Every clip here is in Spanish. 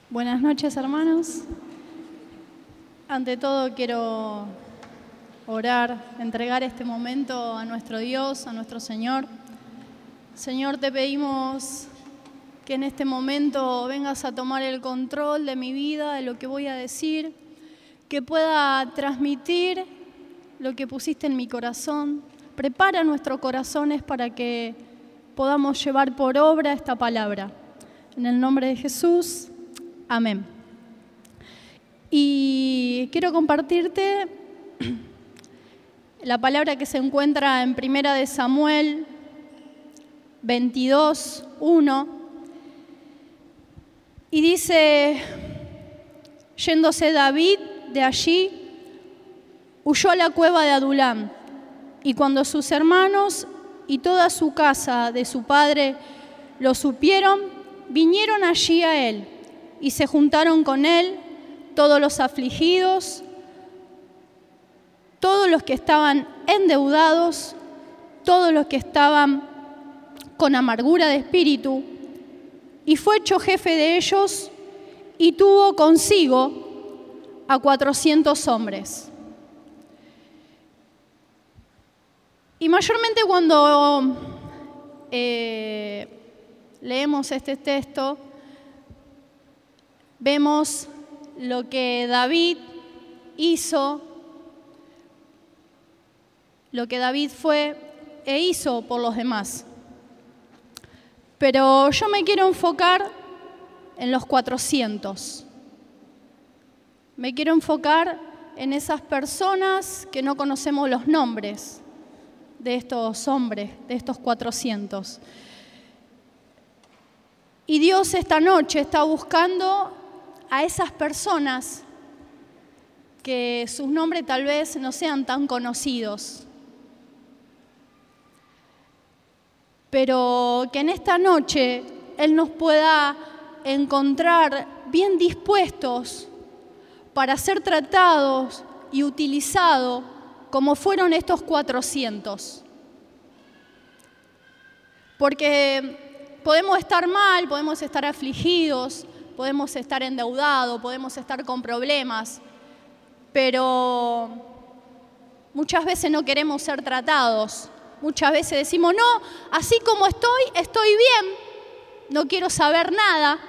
Buenas noches, hermanos. Ante todo quiero orar, entregar este momento a nuestro Dios, a nuestro Señor. Señor, te pedimos que en este momento vengas a tomar el control de mi vida, de lo que voy a decir, que pueda transmitir lo que pusiste en mi corazón. Prepara nuestros corazones para que podamos llevar por obra esta palabra. En el nombre de Jesús. Amén. Y quiero compartirte la palabra que se encuentra en 1 de Samuel 22:1 y dice: yéndose David de allí, huyó a la cueva de Adulam, y cuando sus hermanos y toda su casa de su padre lo supieron, vinieron allí a él. Y se juntaron con él todos los afligidos, todos los que estaban endeudados, todos los que estaban con amargura de espíritu, y fue hecho jefe de ellos y tuvo consigo a 400 hombres. Y mayormente cuando leemos este texto, vemos lo que David hizo, lo que David fue e hizo por los demás. Pero yo me quiero enfocar en los 400. Me quiero enfocar en esas personas que no conocemos los nombres de estos hombres, de estos 400. Y Dios esta noche está buscando a esas personas que sus nombres tal vez no sean tan conocidos, pero que en esta noche Él nos pueda encontrar bien dispuestos para ser tratados y utilizados como fueron estos 400. Porque podemos estar mal, podemos estar afligidos, podemos estar endeudados, podemos estar con problemas, pero muchas veces no queremos ser tratados. Muchas veces decimos, no, así como estoy bien, no quiero saber nada.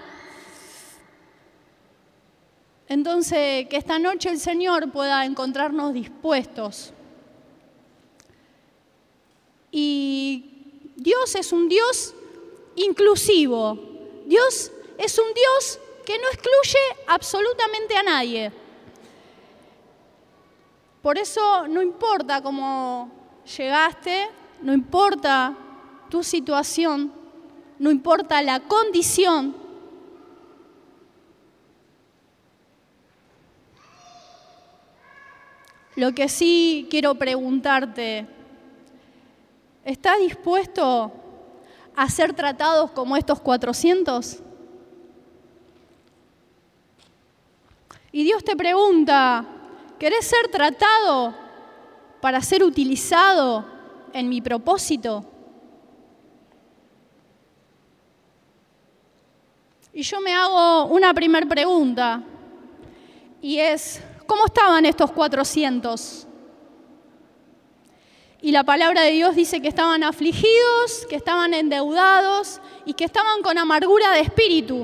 Entonces, que esta noche el Señor pueda encontrarnos dispuestos. Y Dios es un Dios inclusivo. Dios es un Dios que no excluye absolutamente a nadie. Por eso no importa cómo llegaste, no importa tu situación, no importa la condición. Lo que sí quiero preguntarte, ¿estás dispuesto a ser tratados como estos 400? Y Dios te pregunta, ¿querés ser tratado para ser utilizado en mi propósito? Y yo me hago una primera pregunta, y es, ¿cómo estaban estos 400? Y la palabra de Dios dice que estaban afligidos, que estaban endeudados y que estaban con amargura de espíritu.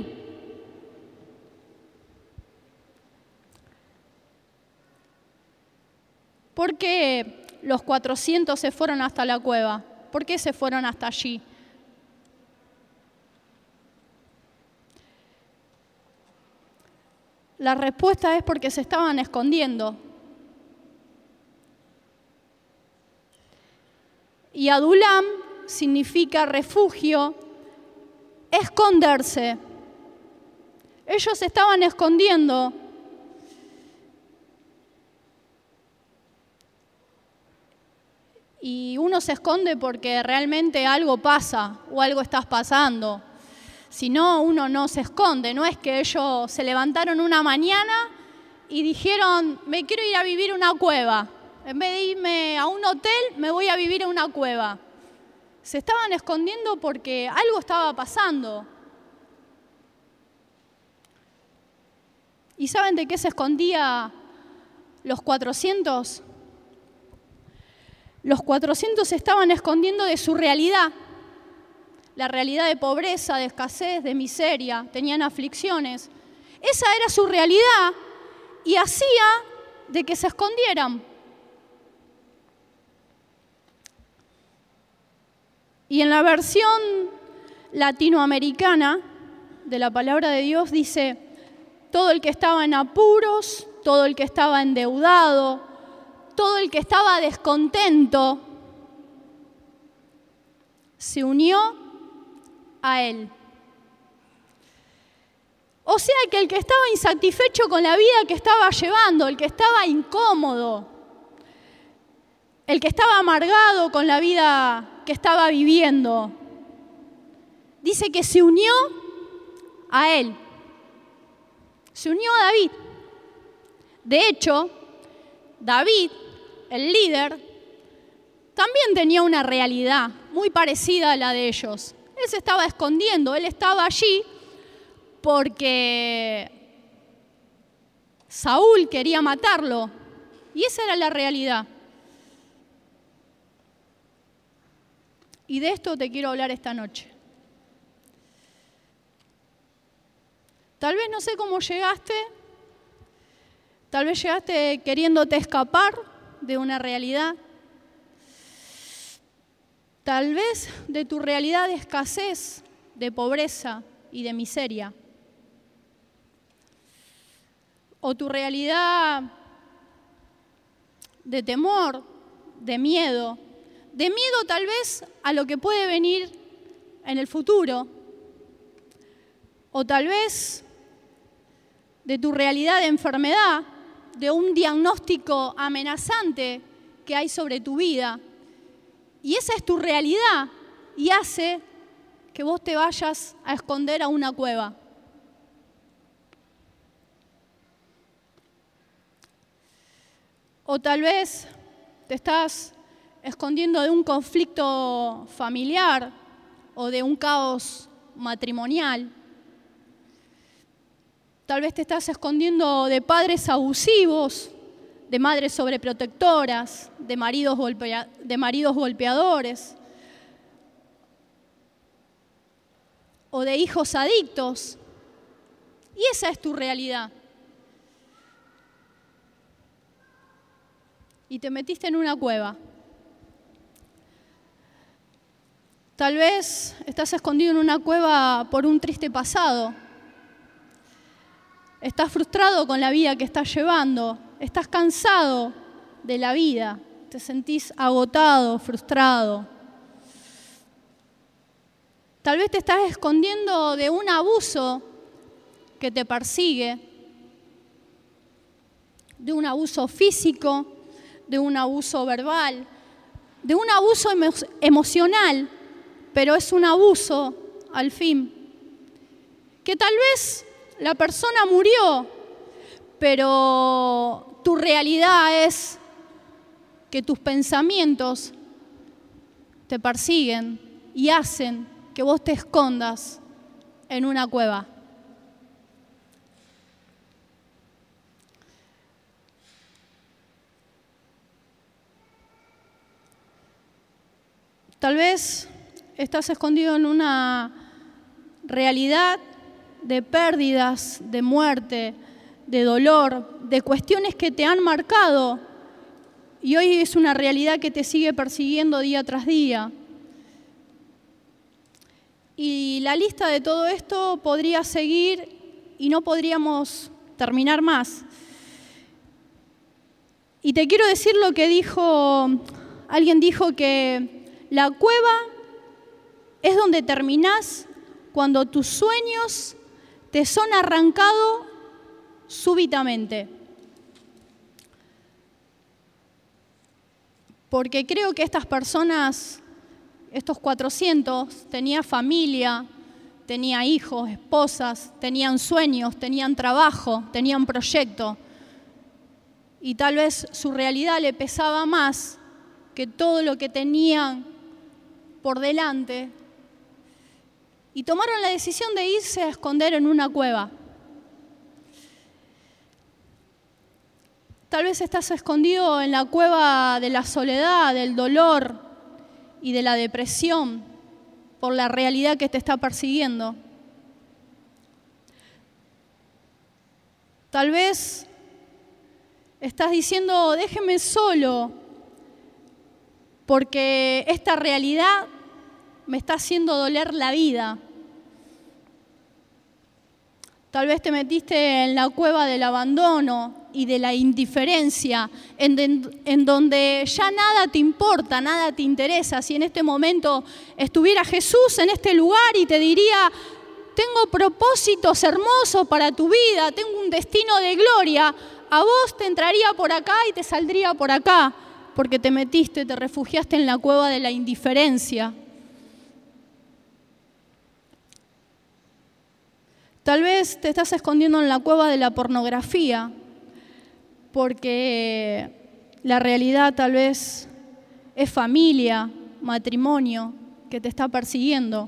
¿Por qué los 400 se fueron hasta la cueva? ¿Por qué se fueron hasta allí? La respuesta es porque se estaban escondiendo. Y Adulam significa refugio, esconderse. Ellos se estaban escondiendo. Y uno se esconde porque realmente algo pasa o algo estás pasando. Si no, uno no se esconde. No es que ellos se levantaron una mañana y dijeron, me quiero ir a vivir a una cueva. En vez de irme a un hotel, me voy a vivir a una cueva. Se estaban escondiendo porque algo estaba pasando. ¿Y saben de qué se escondía los 400? Los 400 se estaban escondiendo de su realidad, la realidad de pobreza, de escasez, de miseria, tenían aflicciones. Esa era su realidad y hacía de que se escondieran. Y en la versión latinoamericana de la palabra de Dios dice: todo el que estaba en apuros, todo el que estaba endeudado, todo el que estaba descontento, se unió a él. O sea que el que estaba insatisfecho con la vida que estaba llevando, el que estaba incómodo, el que estaba amargado con la vida que estaba viviendo, dice que se unió a él. Se unió a David. De hecho, David, el líder, también tenía una realidad muy parecida a la de ellos. Él se estaba escondiendo, él estaba allí porque Saúl quería matarlo. Y esa era la realidad. Y de esto te quiero hablar esta noche. Tal vez no sé cómo llegaste, tal vez llegaste queriéndote escapar de una realidad, tal vez de tu realidad de escasez, de pobreza y de miseria, o tu realidad de temor, de miedo tal vez a lo que puede venir en el futuro, o tal vez de tu realidad de enfermedad, de un diagnóstico amenazante que hay sobre tu vida. Y esa es tu realidad y hace que vos te vayas a esconder a una cueva. O tal vez te estás escondiendo de un conflicto familiar o de un caos matrimonial. Tal vez te estás escondiendo de padres abusivos, de madres sobreprotectoras, de maridos golpeadores o de hijos adictos. Y esa es tu realidad. Y te metiste en una cueva. Tal vez estás escondido en una cueva por un triste pasado. Estás frustrado con la vida que estás llevando. Estás cansado de la vida. Te sentís agotado, frustrado. Tal vez te estás escondiendo de un abuso que te persigue, de un abuso físico, de un abuso verbal, de un abuso emocional, pero es un abuso al fin. Que tal vez la persona murió, pero tu realidad es que tus pensamientos te persiguen y hacen que vos te escondas en una cueva. Tal vez estás escondido en una realidad de pérdidas, de muerte, de dolor, de cuestiones que te han marcado y hoy es una realidad que te sigue persiguiendo día tras día. Y la lista de todo esto podría seguir y no podríamos terminar más. Y te quiero decir lo que alguien dijo que la cueva es donde terminás cuando tus sueños te son arrancados súbitamente. Porque creo que estas personas, estos 400, tenían familia, tenían hijos, esposas, tenían sueños, tenían trabajo, tenían proyecto. Y tal vez su realidad le pesaba más que todo lo que tenían por delante. Y tomaron la decisión de irse a esconder en una cueva. Tal vez estás escondido en la cueva de la soledad, del dolor y de la depresión por la realidad que te está persiguiendo. Tal vez estás diciendo, déjeme solo, porque esta realidad me está haciendo doler la vida. Tal vez te metiste en la cueva del abandono y de la indiferencia, en donde ya nada te importa, nada te interesa. Si en este momento estuviera Jesús en este lugar y te diría, tengo propósitos hermosos para tu vida, tengo un destino de gloria, a vos te entraría por acá y te saldría por acá, porque te metiste, te refugiaste en la cueva de la indiferencia. Tal vez te estás escondiendo en la cueva de la pornografía, porque la realidad tal vez es familia, matrimonio, que te está persiguiendo.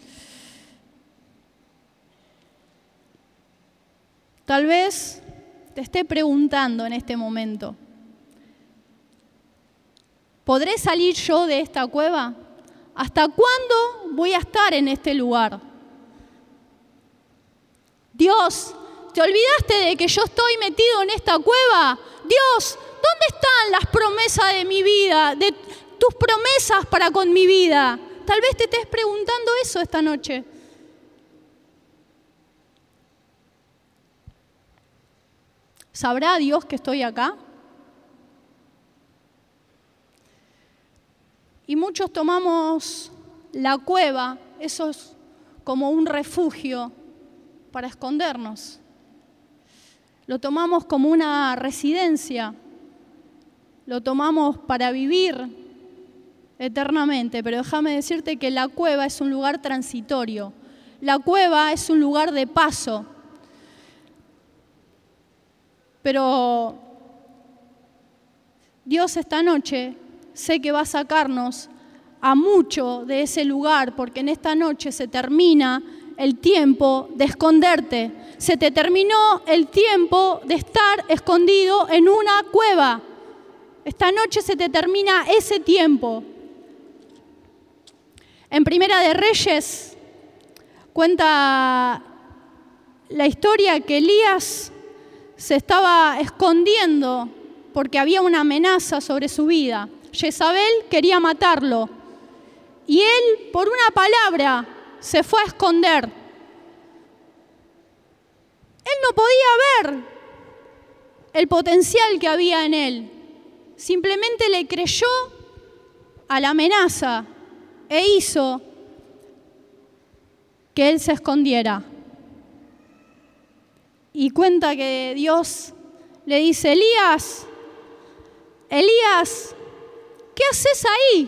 Tal vez te esté preguntando en este momento, ¿podré salir yo de esta cueva? ¿Hasta cuándo voy a estar en este lugar? Dios, ¿te olvidaste de que yo estoy metido en esta cueva? Dios, ¿dónde están las promesas de mi vida, de tus promesas para con mi vida? Tal vez te estés preguntando eso esta noche. ¿Sabrá Dios que estoy acá? Y muchos tomamos la cueva, eso es como un refugio para escondernos. Lo tomamos como una residencia, lo tomamos para vivir eternamente, pero déjame decirte que la cueva es un lugar transitorio, la cueva es un lugar de paso. Pero Dios esta noche sé que va a sacarnos a mucho de ese lugar, porque en esta noche se termina el tiempo de esconderte. Se te terminó el tiempo de estar escondido en una cueva. Esta noche se te termina ese tiempo. En Primera de Reyes cuenta la historia que Elías se estaba escondiendo porque había una amenaza sobre su vida. Jezabel quería matarlo y él, por una palabra, se fue a esconder. Él no podía ver el potencial que había en él. Simplemente le creyó a la amenaza e hizo que él se escondiera. Y cuenta que Dios le dice, Elías, ¿qué haces ahí?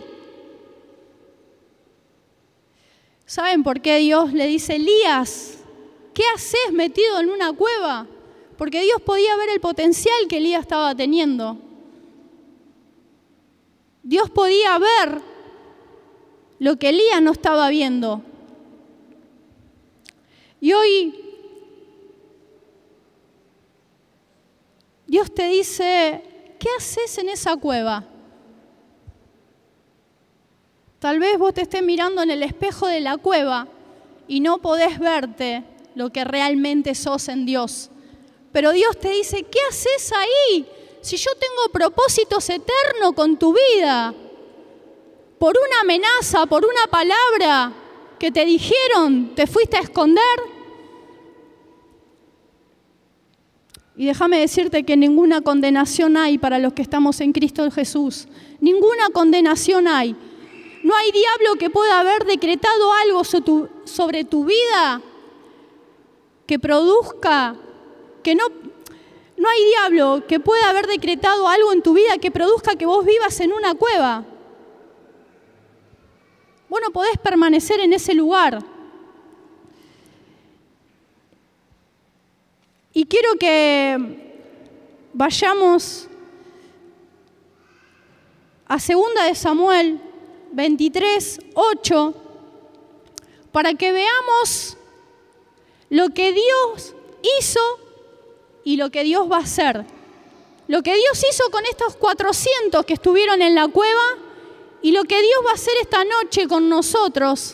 ¿Saben por qué Dios le dice, Elías, qué haces metido en una cueva? Porque Dios podía ver el potencial que Elías estaba teniendo. Dios podía ver lo que Elías no estaba viendo. Y hoy Dios te dice, ¿qué haces en esa cueva? Tal vez vos te estés mirando en el espejo de la cueva y no podés verte lo que realmente sos en Dios. Pero Dios te dice, ¿qué haces ahí? Si yo tengo propósitos eternos con tu vida. Por una amenaza, por una palabra que te dijeron, ¿te fuiste a esconder? Y déjame decirte que ninguna condenación hay para los que estamos en Cristo Jesús. Ninguna condenación hay. No hay diablo que pueda haber decretado algo sobre tu vida que produzca, que no hay diablo que pueda haber decretado algo en tu vida que produzca que vos vivas en una cueva. Vos no podés permanecer en ese lugar. Y quiero que vayamos a 2 de Samuel 23:8 para que veamos lo que Dios hizo y lo que Dios va a hacer. lo que Dios hizo con estos 400 que estuvieron en la cueva y lo que Dios va a hacer esta noche con nosotros,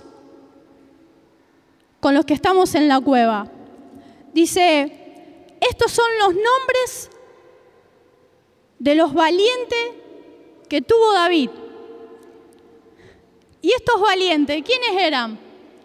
con los que estamos en la cueva. Dice, estos son los nombres de los valientes que tuvo David. ¿Y estos valientes, quiénes eran?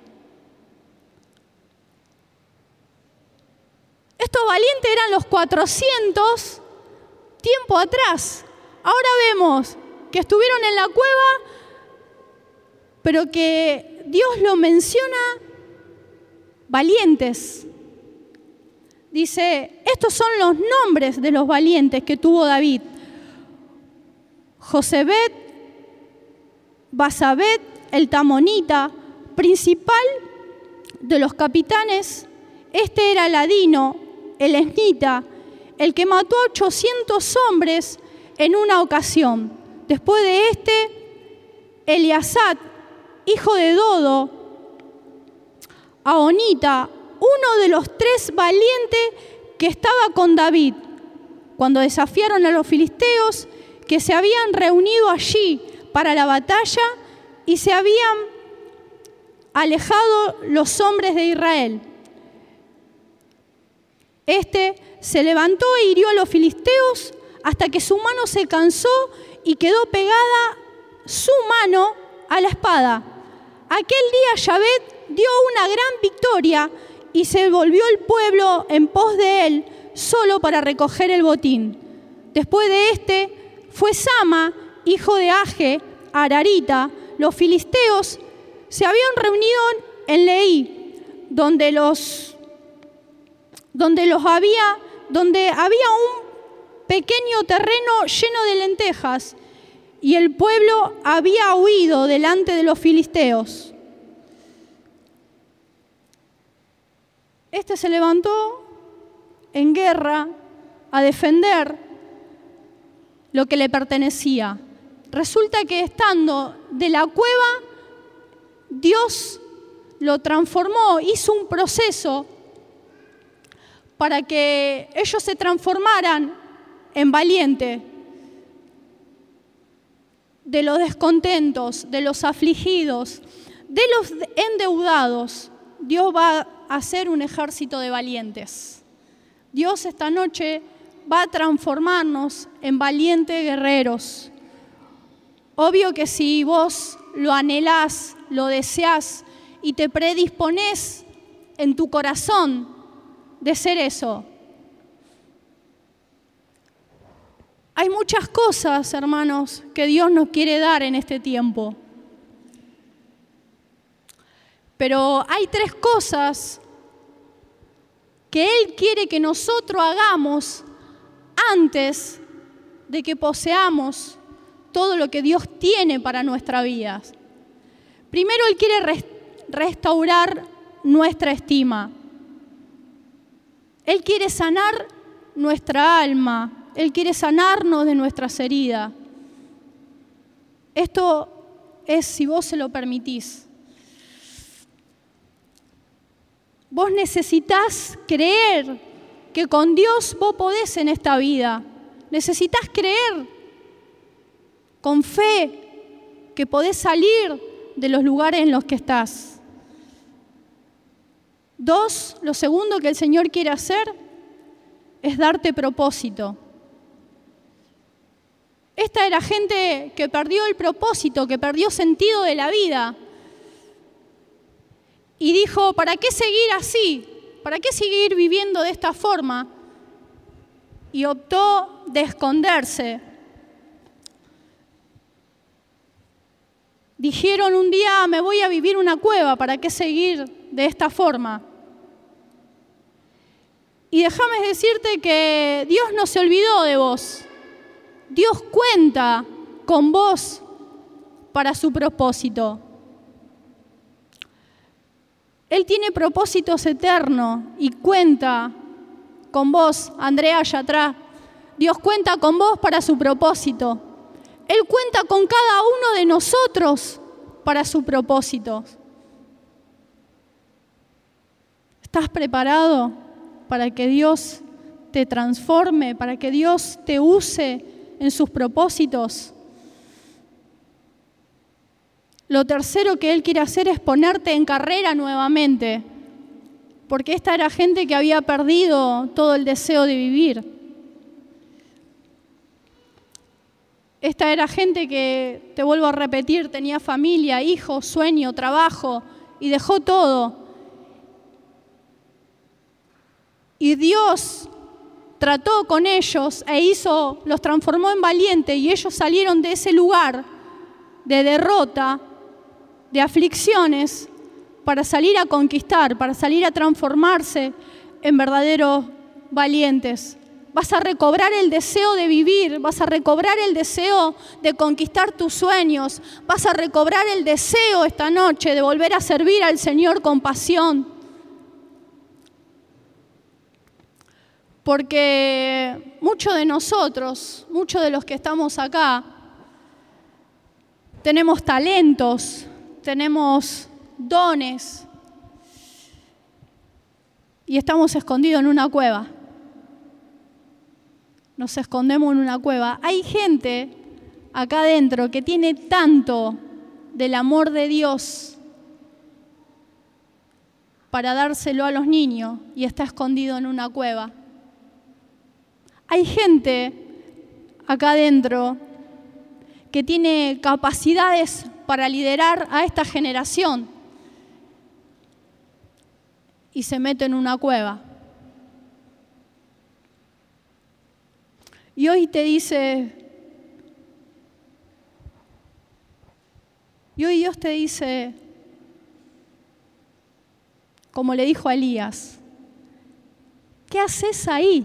Estos valientes eran los 400 tiempo atrás. Ahora vemos que estuvieron en la cueva, pero que Dios lo menciona valientes. Dice, estos son los nombres de los valientes que tuvo David. Josebet, Basabet, el Tamonita, principal de los capitanes. Este era Ladino, el esnita, el que mató a 800 hombres en una ocasión. Después de este, Eliasat, hijo de Dodo, Ahonita, uno de los 3 valientes que estaba con David, cuando desafiaron a los filisteos que se habían reunido allí para la batalla y se habían alejado los hombres de Israel. Este se levantó e hirió a los filisteos hasta que su mano se cansó y quedó pegada su mano a la espada. Aquel día Yahvé dio una gran victoria y se volvió el pueblo en pos de él solo para recoger el botín. Después de este fue Sama, hijo de Age, Ararita. Los filisteos se habían reunido en Leí, donde había un pequeño terreno lleno de lentejas, y el pueblo había huido delante de los filisteos. Este se levantó en guerra a defender lo que le pertenecía. Resulta que estando de la cueva, Dios lo transformó, hizo un proceso para que ellos se transformaran en valientes. De los descontentos, de los afligidos, de los endeudados, Dios va a hacer un ejército de valientes. Dios esta noche va a transformarnos en valientes guerreros. Obvio que si vos lo anhelás, lo deseás y te predisponés en tu corazón de ser eso. Hay muchas cosas, hermanos, que Dios nos quiere dar en este tiempo. Pero hay 3 cosas que Él quiere que nosotros hagamos antes de que poseamos todo lo que Dios tiene para nuestra vida. Primero, Él quiere restaurar nuestra estima. Él quiere sanar nuestra alma. Él quiere sanarnos de nuestras heridas. Esto es si vos se lo permitís. Vos necesitas creer que con Dios vos podés en esta vida. Necesitas creer con fe que podés salir de los lugares en los que estás. 2, lo segundo que el Señor quiere hacer es darte propósito. Esta era gente que perdió el propósito, que perdió sentido de la vida. Y dijo, ¿para qué seguir así? ¿Para qué seguir viviendo de esta forma? Y optó de esconderse. Dijeron un día, me voy a vivir una cueva, ¿para qué seguir de esta forma? Y déjame decirte que Dios no se olvidó de vos. Dios cuenta con vos para su propósito. Él tiene propósitos eternos y cuenta con vos, Andrea, allá atrás. Dios cuenta con vos para su propósito. Él cuenta con cada uno de nosotros para su propósito. ¿Estás preparado para que Dios te transforme, para que Dios te use en sus propósitos. Lo tercero que Él quiere hacer es ponerte en carrera nuevamente, porque esta era gente que había perdido todo el deseo de vivir. Esta era gente que, te vuelvo a repetir, tenía familia, hijos, sueño, trabajo, y dejó todo. Y Dios trató con ellos los transformó en valientes, y ellos salieron de ese lugar de derrota, de aflicciones, para salir a conquistar, para salir a transformarse en verdaderos valientes. Vas a recobrar el deseo de vivir, vas a recobrar el deseo de conquistar tus sueños, vas a recobrar el deseo esta noche de volver a servir al Señor con pasión. Porque muchos de nosotros, muchos de los que estamos acá, tenemos talentos, tenemos dones y estamos escondidos en una cueva. Nos escondemos en una cueva. Hay gente acá adentro que tiene tanto del amor de Dios para dárselo a los niños y está escondido en una cueva. Hay gente acá adentro que tiene capacidades para liderar a esta generación y se mete en una cueva. Y hoy te dice, y hoy Dios te dice, como le dijo a Elías, ¿qué haces ahí?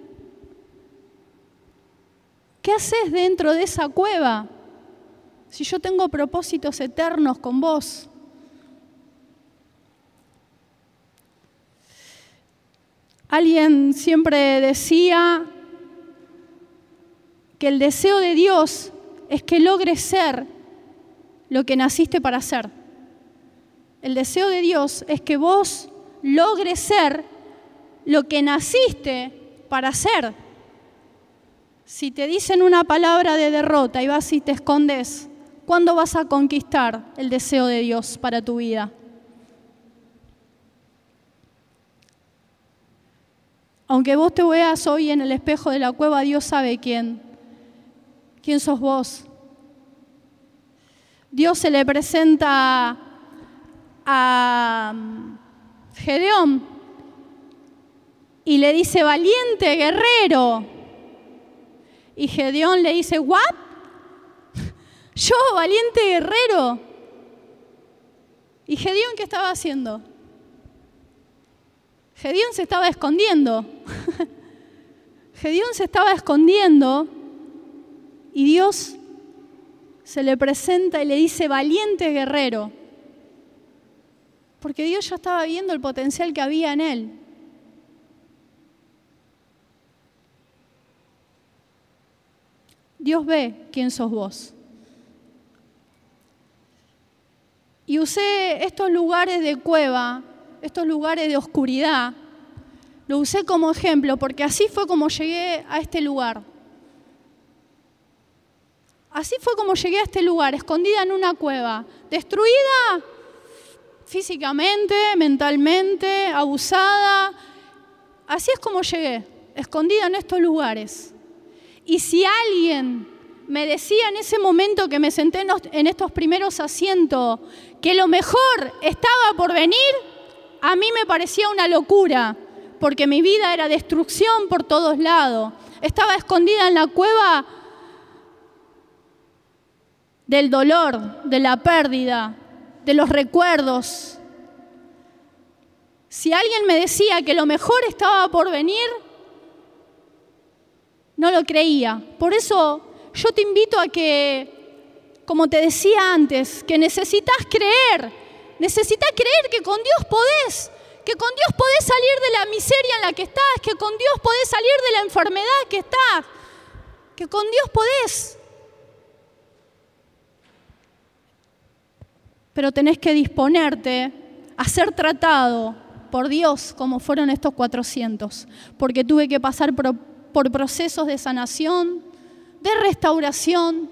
¿Qué haces dentro de esa cueva? Si yo tengo propósitos eternos con vos. Alguien siempre decía que el deseo de Dios es que logres ser lo que naciste para ser. El deseo de Dios es que vos logres ser lo que naciste para ser. Si te dicen una palabra de derrota y vas y te escondes, ¿cuándo vas a conquistar el deseo de Dios para tu vida? Aunque vos te veas hoy en el espejo de la cueva, Dios sabe quién sos vos. Dios se le presenta a Gedeón y le dice, valiente guerrero. Y Gedeón le dice, ¿what? ¿Yo, valiente guerrero? ¿Y Gedeón qué estaba haciendo? Gedeón se estaba escondiendo. Gedeón se estaba escondiendo y Dios se le presenta y le dice, valiente guerrero. Porque Dios ya estaba viendo el potencial que había en él. Dios ve quién sos vos. Y usé estos lugares de cueva, estos lugares de oscuridad, lo usé como ejemplo, porque así fue como llegué a este lugar. Así fue como llegué a este lugar, escondida en una cueva, destruida físicamente, mentalmente, abusada. Así es como llegué, escondida en estos lugares. Y si alguien me decía en ese momento que me senté en estos primeros asientos que lo mejor estaba por venir, a mí me parecía una locura, porque mi vida era destrucción por todos lados. Estaba escondida en la cueva del dolor, de la pérdida, de los recuerdos. Si alguien me decía que lo mejor estaba por venir, no lo creía. Por eso yo te invito a que, como te decía antes, que necesitas creer que con Dios podés, que con Dios podés salir de la miseria en la que estás, que con Dios podés salir de la enfermedad que estás, que con Dios podés. Pero tenés que disponerte a ser tratado por Dios como fueron estos 400, porque tuve que pasar por procesos de sanación, de restauración,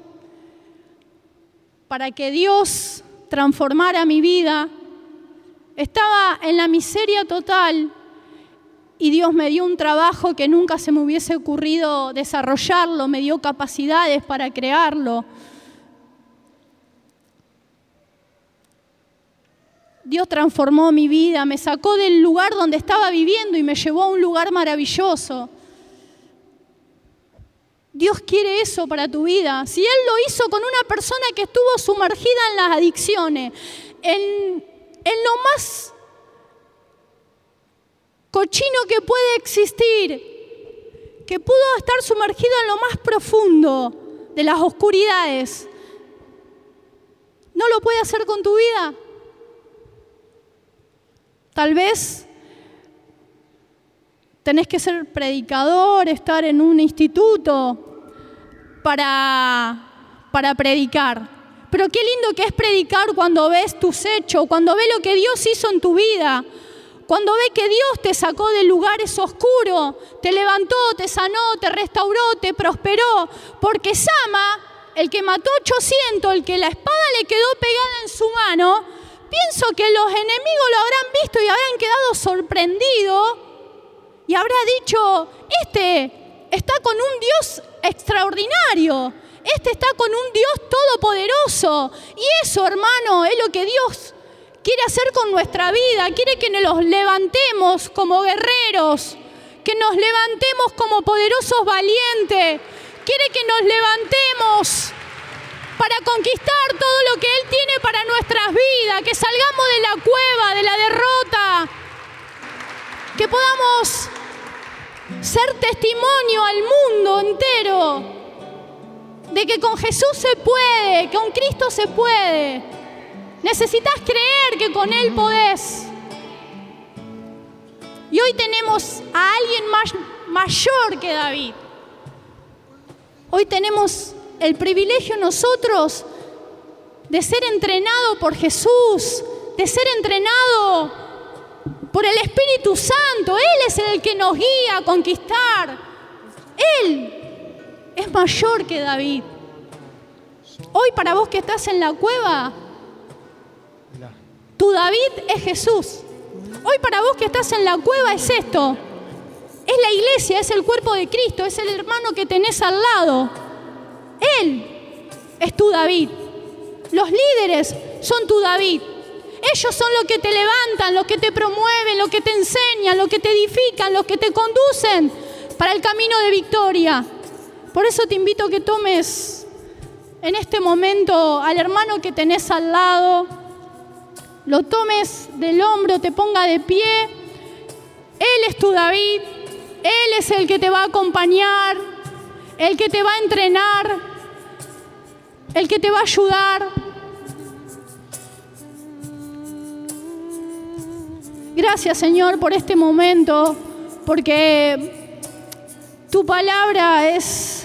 para que Dios transformara mi vida. Estaba en la miseria total y Dios me dio un trabajo que nunca se me hubiese ocurrido desarrollarlo, me dio capacidades para crearlo. Dios transformó mi vida, me sacó del lugar donde estaba viviendo y me llevó a un lugar maravilloso. Dios quiere eso para tu vida. Si Él lo hizo con una persona que estuvo sumergida en las adicciones, en lo más cochino que puede existir, que pudo estar sumergido en lo más profundo de las oscuridades, ¿no lo puede hacer con tu vida? Tal vez tenés que ser predicador, estar en un instituto para predicar. Pero qué lindo que es predicar cuando ves tus hechos, cuando ves lo que Dios hizo en tu vida, cuando ves que Dios te sacó de lugares oscuros, te levantó, te sanó, te restauró, te prosperó. Porque Sama, el que mató 800, el que la espada le quedó pegada en su mano, pienso que los enemigos lo habrán visto y habrán quedado sorprendidos y habrá dicho, este está con un Dios extraordinario, este está con un Dios todopoderoso. Y eso, hermano, es lo que Dios quiere hacer con nuestra vida. Quiere que nos levantemos como guerreros, que nos levantemos como poderosos valientes. Quiere que nos levantemos para conquistar todo lo que Él tiene para nuestras vidas, que salgamos de la cueva, de la derrota, que podamos ser testimonio al mundo entero de que con Jesús se puede, que con Cristo se puede. Necesitas creer que con Él podés. Y hoy tenemos a alguien mayor que David. Hoy tenemos el privilegio nosotros de ser entrenado por Jesús, de ser entrenado por el Espíritu Santo. Él es el que nos guía a conquistar. Él es mayor que David. Hoy para vos que estás en la cueva, tu David es Jesús. Hoy para vos que estás en la cueva es esto. Es la iglesia, es el cuerpo de Cristo, es el hermano que tenés al lado. Él es tu David. Los líderes son tu David. Ellos son los que te levantan, los que te promueven, los que te enseñan, los que te edifican, los que te conducen para el camino de victoria. Por eso te invito a que tomes en este momento al hermano que tenés al lado, lo tomes del hombro, te ponga de pie. Él es tu David. Él es el que te va a acompañar, el que te va a entrenar, el que te va a ayudar. Gracias, Señor, por este momento, porque tu palabra es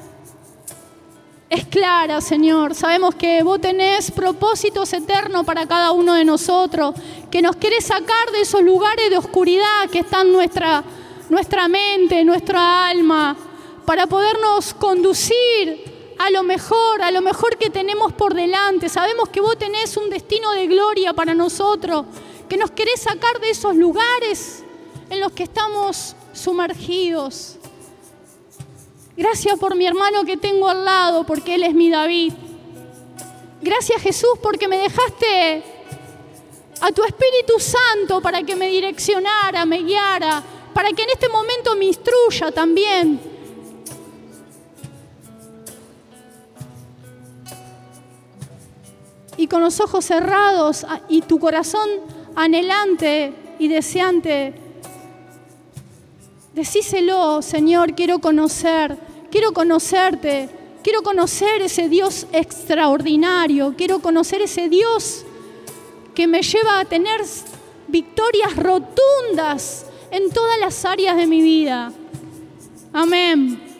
clara, Señor. Sabemos que vos tenés propósitos eternos para cada uno de nosotros, que nos querés sacar de esos lugares de oscuridad que están nuestra mente, nuestra alma, para podernos conducir a lo mejor que tenemos por delante. Sabemos que vos tenés un destino de gloria para nosotros, que nos querés sacar de esos lugares en los que estamos sumergidos. Gracias por mi hermano que tengo al lado, porque él es mi David. Gracias, Jesús, porque me dejaste a tu Espíritu Santo para que me direccionara, me guiara, para que en este momento me instruya también. Y con los ojos cerrados y tu corazón anhelante y deseante, decíselo: Señor, quiero conocerte, quiero conocer ese Dios extraordinario, quiero conocer ese Dios que me lleva a tener victorias rotundas en todas las áreas de mi vida. Amén.